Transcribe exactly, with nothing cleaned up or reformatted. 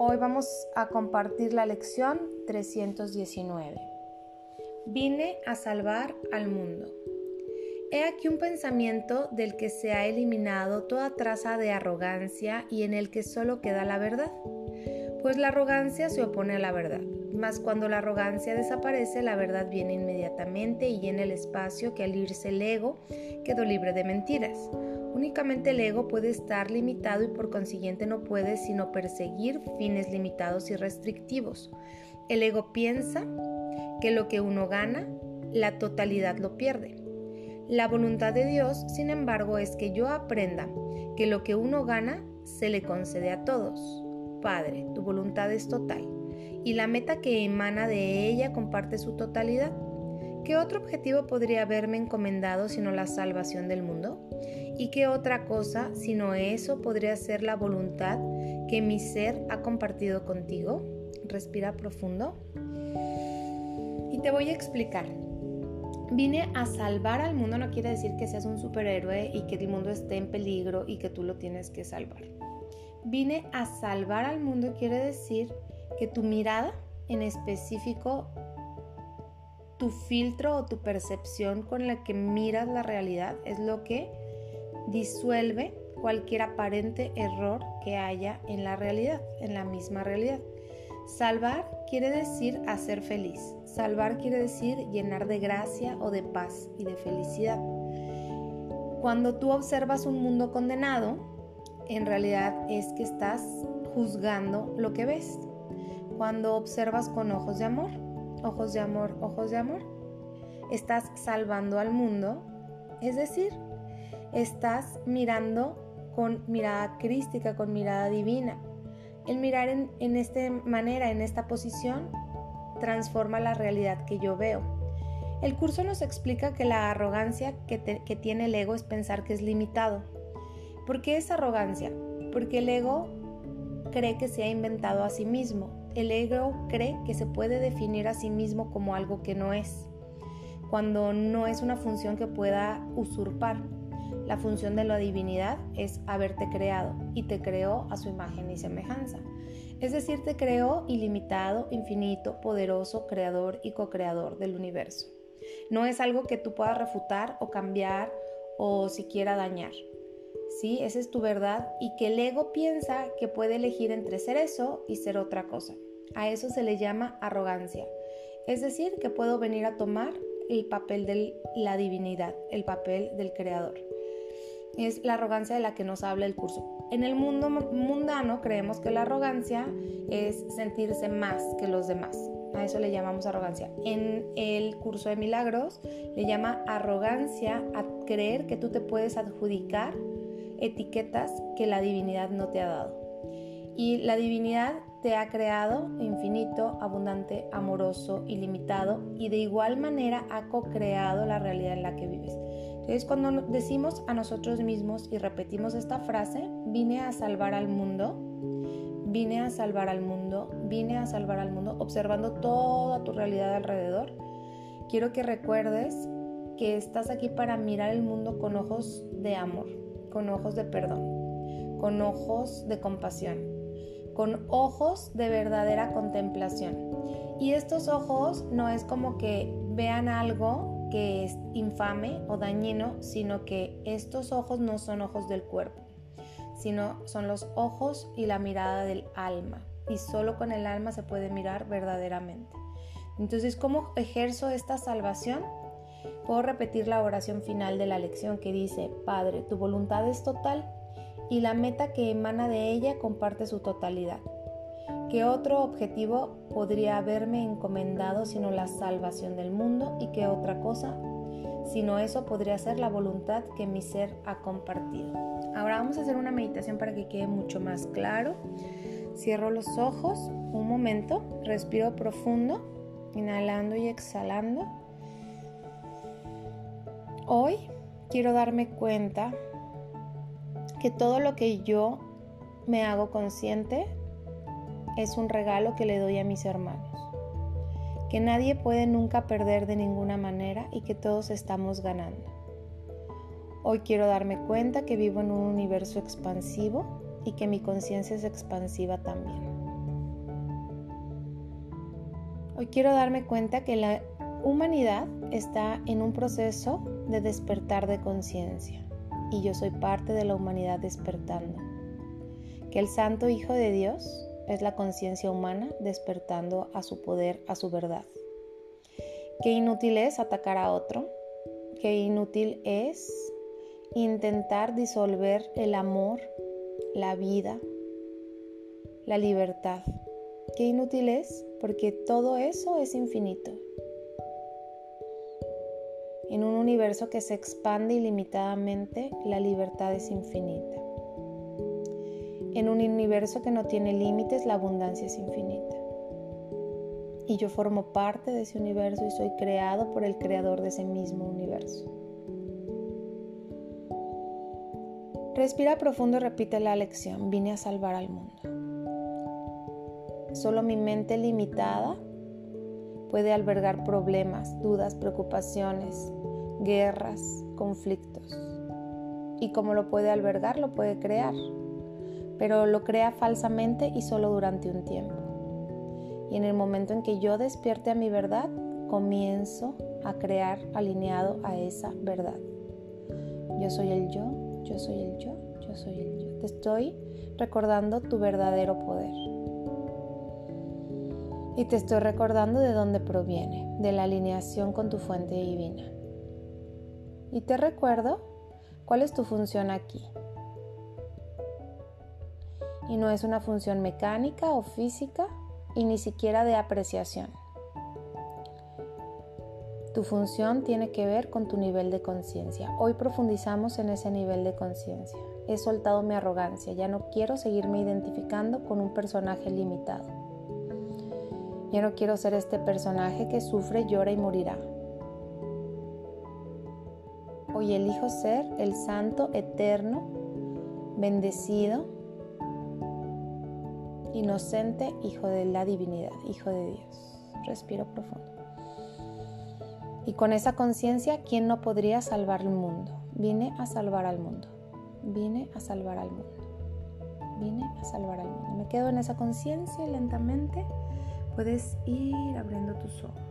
Hoy vamos a compartir la lección trescientos diecinueve. Vine a salvar al mundo. He aquí un pensamiento del que se ha eliminado toda traza de arrogancia y en el que solo queda la verdad. Pues la arrogancia se opone a la verdad, mas cuando la arrogancia desaparece, la verdad viene inmediatamente y llena el espacio que al irse el ego quedó libre de mentiras. Únicamente el ego puede estar limitado y por consiguiente no puede sino perseguir fines limitados y restrictivos. El ego piensa que lo que uno gana, la totalidad lo pierde. La voluntad de Dios, sin embargo, es que yo aprenda que lo que uno gana se le concede a todos. Padre, tu voluntad es total, y la meta que emana de ella comparte su totalidad. ¿Qué otro objetivo podría haberme encomendado sino la salvación del mundo? ¿Y qué otra cosa sino eso podría ser la voluntad que mi ser ha compartido contigo? Respira profundo. Y te voy a explicar. Vine a salvar al mundo no quiere decir que seas un superhéroe y que el mundo esté en peligro y que tú lo tienes que salvar. Vine a salvar al mundo quiere decir que tu mirada, en específico tu filtro o tu percepción con la que miras la realidad, es lo que disuelve cualquier aparente error que haya en la realidad, en la misma realidad. Salvar quiere decir hacer feliz. Salvar quiere decir llenar de gracia o de paz y de felicidad. Cuando tú observas un mundo condenado, en realidad es que estás juzgando lo que ves. Cuando observas con ojos de amor, ojos de amor, ojos de amor, estás salvando al mundo, es decir, estás mirando con mirada crística, con mirada divina. El mirar en, en esta manera, en esta posición, transforma la realidad que yo veo. El curso nos explica que la arrogancia que, te, que tiene el ego es pensar que es limitado. ¿Por qué es arrogancia? Porque el ego cree que se ha inventado a sí mismo. El ego cree que se puede definir a sí mismo como algo que no es, cuando no es una función que pueda usurpar. La función de la divinidad es haberte creado y te creó a su imagen y semejanza. Es decir, te creó ilimitado, infinito, poderoso, creador y co-creador del universo. No es algo que tú puedas refutar o cambiar o siquiera dañar. Sí, esa es tu verdad y que el ego piensa que puede elegir entre ser eso y ser otra cosa. A eso se le llama arrogancia. Es decir, que puedo venir a tomar el papel de la divinidad, el papel del creador. Es la arrogancia de la que nos habla el curso. En el mundo mundano creemos que la arrogancia es sentirse más que los demás. A eso le llamamos arrogancia. En el curso de milagros le llama arrogancia a creer que tú te puedes adjudicar etiquetas que la divinidad no te ha dado. Y la divinidad te ha creado infinito, abundante, amoroso, ilimitado y de igual manera ha co-creado la realidad en la que vives. Entonces, cuando decimos a nosotros mismos y repetimos esta frase, vine a salvar al mundo, vine a salvar al mundo, vine a salvar al mundo, observando toda tu realidad alrededor, quiero que recuerdes que estás aquí para mirar el mundo con ojos de amor, con ojos de perdón, con ojos de compasión, con ojos de verdadera contemplación. Y estos ojos no es como que vean algo que es infame o dañino, sino que estos ojos no son ojos del cuerpo, sino son los ojos y la mirada del alma. Y solo con el alma se puede mirar verdaderamente. Entonces, ¿cómo ejerzo esta salvación? Puedo repetir la oración final de la lección que dice: Padre, tu voluntad es total y la meta que emana de ella comparte su totalidad. ¿Qué otro objetivo podría haberme encomendado sino la salvación del mundo? ¿Y qué otra cosa sino eso podría ser la voluntad que mi ser ha compartido? Ahora vamos a hacer una meditación para que quede mucho más claro. Cierro los ojos un momento, respiro profundo, inhalando y exhalando. Hoy quiero darme cuenta que todo lo que yo me hago consciente es un regalo que le doy a mis hermanos, que nadie puede nunca perder de ninguna manera y que todos estamos ganando. Hoy quiero darme cuenta que vivo en un universo expansivo y que mi conciencia es expansiva también. Hoy quiero darme cuenta que la humanidad está en un proceso de despertar de conciencia y yo soy parte de la humanidad despertando. Que el Santo Hijo de Dios es la conciencia humana despertando a su poder, a su verdad. Qué inútil es atacar a otro, qué inútil es intentar disolver el amor, la vida, la libertad. Qué inútil es porque todo eso es infinito. En un universo que se expande ilimitadamente, la libertad es infinita. En un universo que no tiene límites, la abundancia es infinita. Y yo formo parte de ese universo y soy creado por el creador de ese mismo universo. Respira profundo y repite la lección. Vine a salvar al mundo. Solo mi mente limitada puede albergar problemas, dudas, preocupaciones, guerras, conflictos. Y como lo puede albergar, lo puede crear. Pero lo crea falsamente y solo durante un tiempo. Y en el momento en que yo despierte a mi verdad, comienzo a crear alineado a esa verdad. Yo soy el yo, yo soy el yo, yo soy el yo. Te estoy recordando tu verdadero poder. Y te estoy recordando de dónde proviene, de la alineación con tu fuente divina. Y te recuerdo cuál es tu función aquí. Y no es una función mecánica o física y ni siquiera de apreciación. Tu función tiene que ver con tu nivel de conciencia. Hoy profundizamos en ese nivel de conciencia. He soltado mi arrogancia, ya no quiero seguirme identificando con un personaje limitado. Ya no quiero ser este personaje que sufre, llora y morirá. Hoy elijo ser el santo, eterno, bendecido, inocente, hijo de la divinidad, hijo de Dios. Respiro profundo. Y con esa conciencia, ¿quién no podría salvar el mundo? Vine a salvar al mundo. Vine a salvar al mundo. Vine a salvar al mundo. Me quedo en esa conciencia y lentamente puedes ir abriendo tus ojos.